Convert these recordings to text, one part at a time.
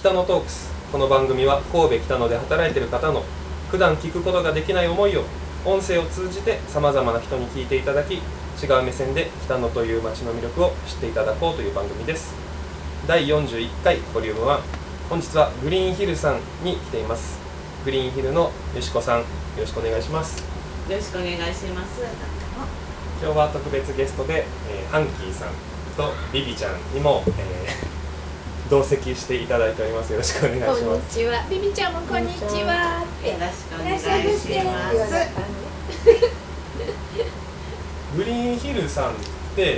北野トークス。この番組は神戸北野で働いている方の普段聞くことができない思いを音声を通じてさまざまな人に聞いていただき、違う目線で北野という街の魅力を知っていただこうという番組です。第41回ボリューム1。本日はグリーンヒルさんに来ています。グリーンヒルのよしこさん、よろしくお願いします。 よろしくお願いします。 今日は特別ゲストで、ハンキーさんとビビちゃんにも、同席していただいております。よろしくお願いします。 こんにちは。ビビちゃんもこんにちは。 よろしくお願いします。 グリーンヒルさんって、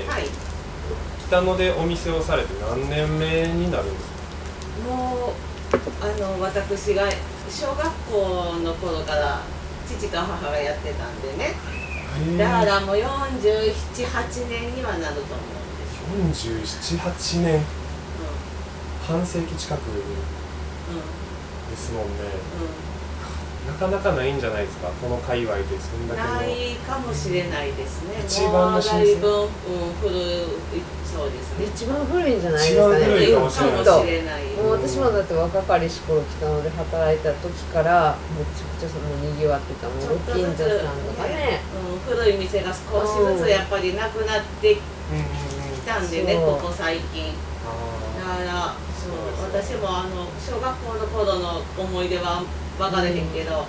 はい、 北野でお店をされて何年目になるんですか？ もう私が小学校の頃から父か母がやってたんでね。だからもう47、8年にはなると思うんです。 47、8年、半世紀近くですもんね。なかなかないんじゃないですか、この界隈でそんだけの。 ないかもしれないですね。 一番のもうだいぶ、古い、そうですね。 一番古いんじゃないですかね。 一番古いかもしれない。 もう私もだって若かりし頃北野で働いた時からめちゃくちゃもう賑わってた。もうご近所さんとかね、 古い店が少しずつやっぱりなくなってきたんでね、ここ最近。だから私も小学校の頃の思い出は分からへんけど、もう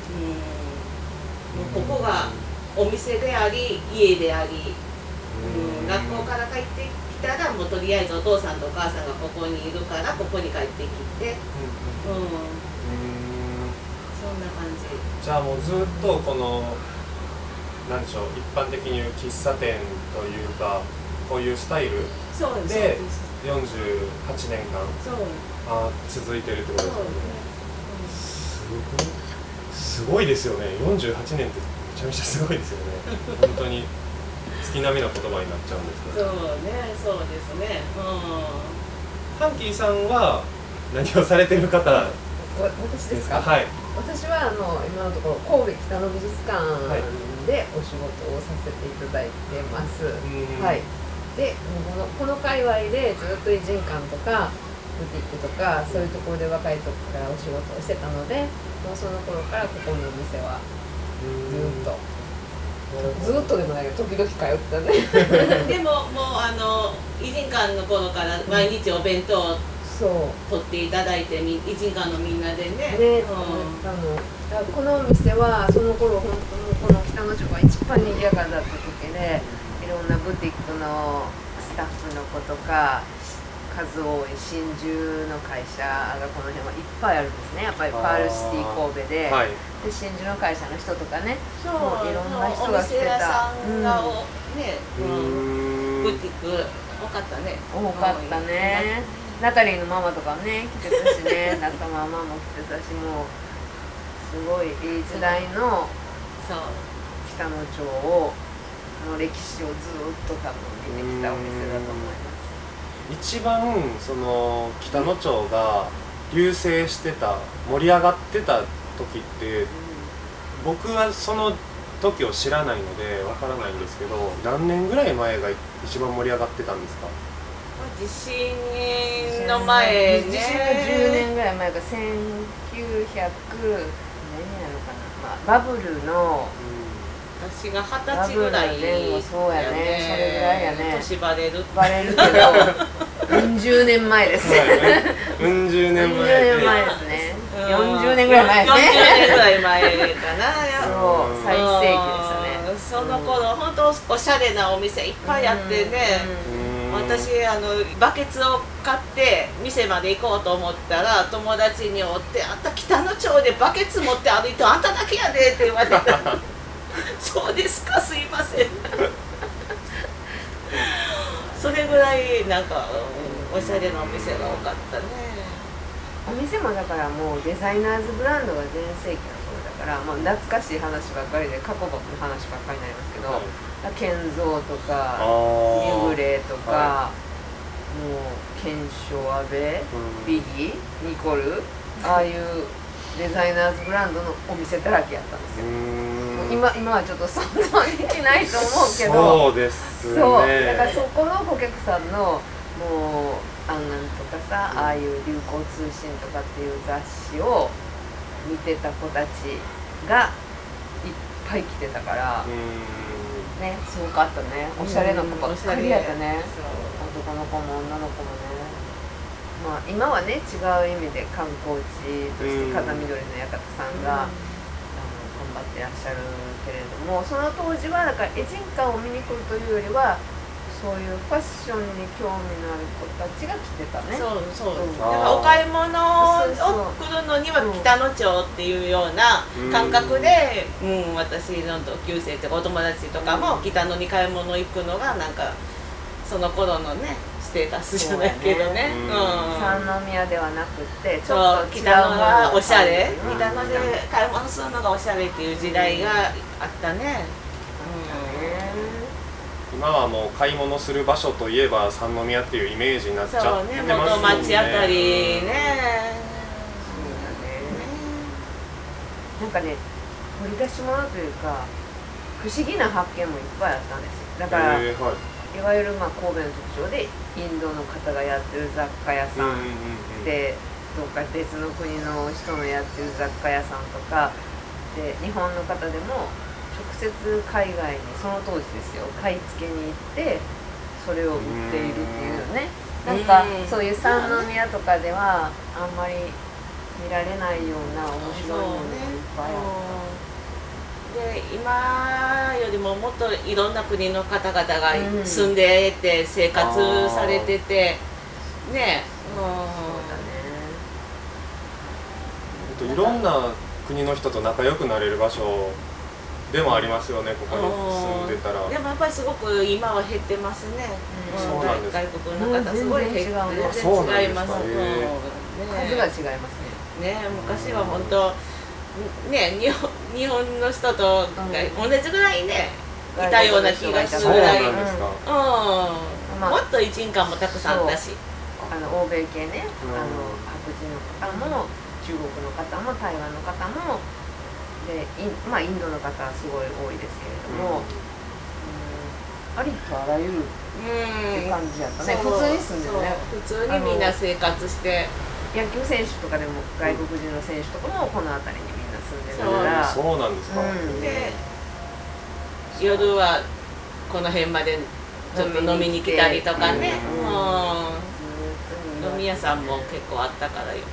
ここがお店であり家であり、学校から帰ってきたらもうとりあえずお父さんとお母さんがここにいるからここに帰ってきて、そんな感じ。 じゃあもうずっとこのなんでしょう、一般的に言う喫茶店というかこういうスタイルで48年間続いてるってことですよね。すごいですよね。48年ってめちゃめちゃすごいですよね。本当に月並みの言葉になっちゃうんですけど。 そうですね。 ハンキーさんは何をされてる方私ですか？ はい。 私は今のところ神戸北野美術館でお仕事をさせていただいてます。はい。でこの界隈でずっと異人館とかブティックとかそういうところで若い時からお仕事をしてたので、もうその頃からここのお店はずっとでもないけど時々通ってたね。 でももう異人館の頃から毎日お弁当を取っていただいて、異人館のみんなでね。 このお店はその頃本当にこの北野町が一番賑やかだった時で、いろんなブティックのスタッフの子とか数多い真珠の会社がこの辺はいっぱいあるんですね。やっぱりパールシティ神戸で、で真珠の会社の人とかね、もういろんな人が来てた。 お店屋さんがね、ブティック多かったね。 多かったね。ナタリーのママとかね来てたしね、中ママも来てたし、もうすごいいい時代の北野町をの歴史をずっと多分見てきたお店だと思います。 一番その北野町が隆盛してた、盛り上がってた時って、僕はその時を知らないのでわからないんですけど、何年ぐらい前が一番盛り上がってたんですか？ 地震の前ね。 地震の10年ぐらい前か、1900何年なのかな、バブルの私が20歳ぐらいやそうやね、それぐらいやね。 年バレるけど、うん十年前ですね。 うん十年前ですね。40年ぐらい前ですね。 40年ぐらい前かな。 そう、最盛期でしたね。 その頃本当おしゃれなお店いっぱいあってね。私バケツを買って店まで行こうと思ったら、友達におって「あんた北野町でバケツ持って歩いてあんただけやで」って言われた。そうですか、すいません。それぐらいなんかおしゃれなお店が多かったね。 お店もだからもうデザイナーズブランドが全盛期の頃だから、もう懐かしい話ばっかりで過去の話ばっかりになりますけど、建造とかミュグレとか、もうケンショアベ、ビギ、ニコル、ああいうデザイナーズブランドのお店だらけやったんですよ。今はちょっと想像できないと思うけど、 そうですね。 そうだからそこの顧客さんのもうアンアンとかさ、ああいう流行通信とかっていう雑誌を見てた子たちがいっぱい来てたから、ね、すごかったね。おしゃれな子ばっかりやったね。男の子も女の子もね。まあ今はね、違う意味で観光地として風緑の館さんが、頑張ってらっしゃるけれども、その当時はだからエジンカを見に来るというよりはそういうファッションに興味のある子たちが来てたね。 そう、だからお買い物を来るのには北野町っていうような感覚で、私の同級生とかお友達とかも北野に買い物行くのがなんかその頃のねステータスじゃないけどね。 三宮ではなくてちょっと北野がおしゃれ、北野で買い物するのがおしゃれっていう時代があったね。 今はもう買い物する場所といえば三宮っていうイメージになっちゃってますもんね。 元町あたりね。 なんかね、掘り出し物というか不思議な発見もいっぱいあったんですよ。だから、いわゆる神戸の特徴でインドの方がやってる雑貨屋さんで、どっか別の国の人のやってる雑貨屋さんとかで、日本の方でも直接海外にその当時ですよ、買い付けに行ってそれを売っているっていうね。なんかそういう三宮とかではあんまり見られないような面白いものがいっぱいあった。 で今よりももっといろんな国の方々が住んでて生活されててね。 いろんな国の人と仲良くなれる場所でもありますよね、ここに住んでたら。 でもやっぱりすごく今は減ってますね。外国の方すごい減って全然違います。 数が違いますね。 昔は本当ね、日本の人と同じぐらいねいたような気がするぐらい。もっと一人間もたくさんあったし、 欧米系ね、白人の方も中国の方も台湾の方もで、インドの方はすごい多いですけれども、ありとあらゆるって感じやったね。普通に住んでるね。 普通にみんな生活して、 野球選手とかでも外国人の選手とかもこの辺りにみんな住んでるから。 そうなんですか。 で夜はこの辺までちょっと飲みに来たりとかね。飲み屋さんも結構あったからよ。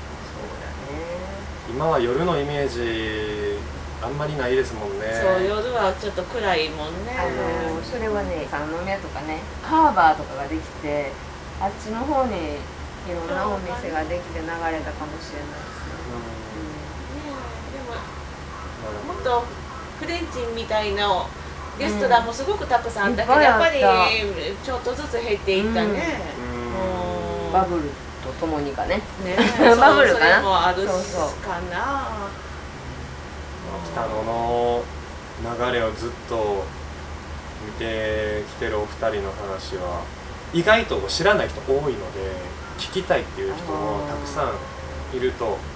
今は夜のイメージあんまりないですもんね。 そう、夜はちょっと暗いもんね。 それはね、三宮とかね、ハーバーとかができて、あっちの方にいろんなお店ができて流れたかもしれないですね。 でももっとフレンチみたいなレストランもすごくたくさんあったけど、やっぱりちょっとずつ減っていったね。 バブルとともにかね。 バブルかな。それもあるかな。 北野の流れをずっと見てきてるお二人の話は意外と知らない人多いので聞きたいっていう人もたくさんいると思います。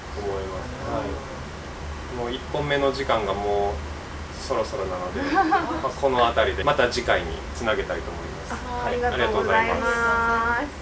もう1本目の時間がもうそろそろなのでこの辺りでまた次回につなげたいと思います。 ありがとうございます。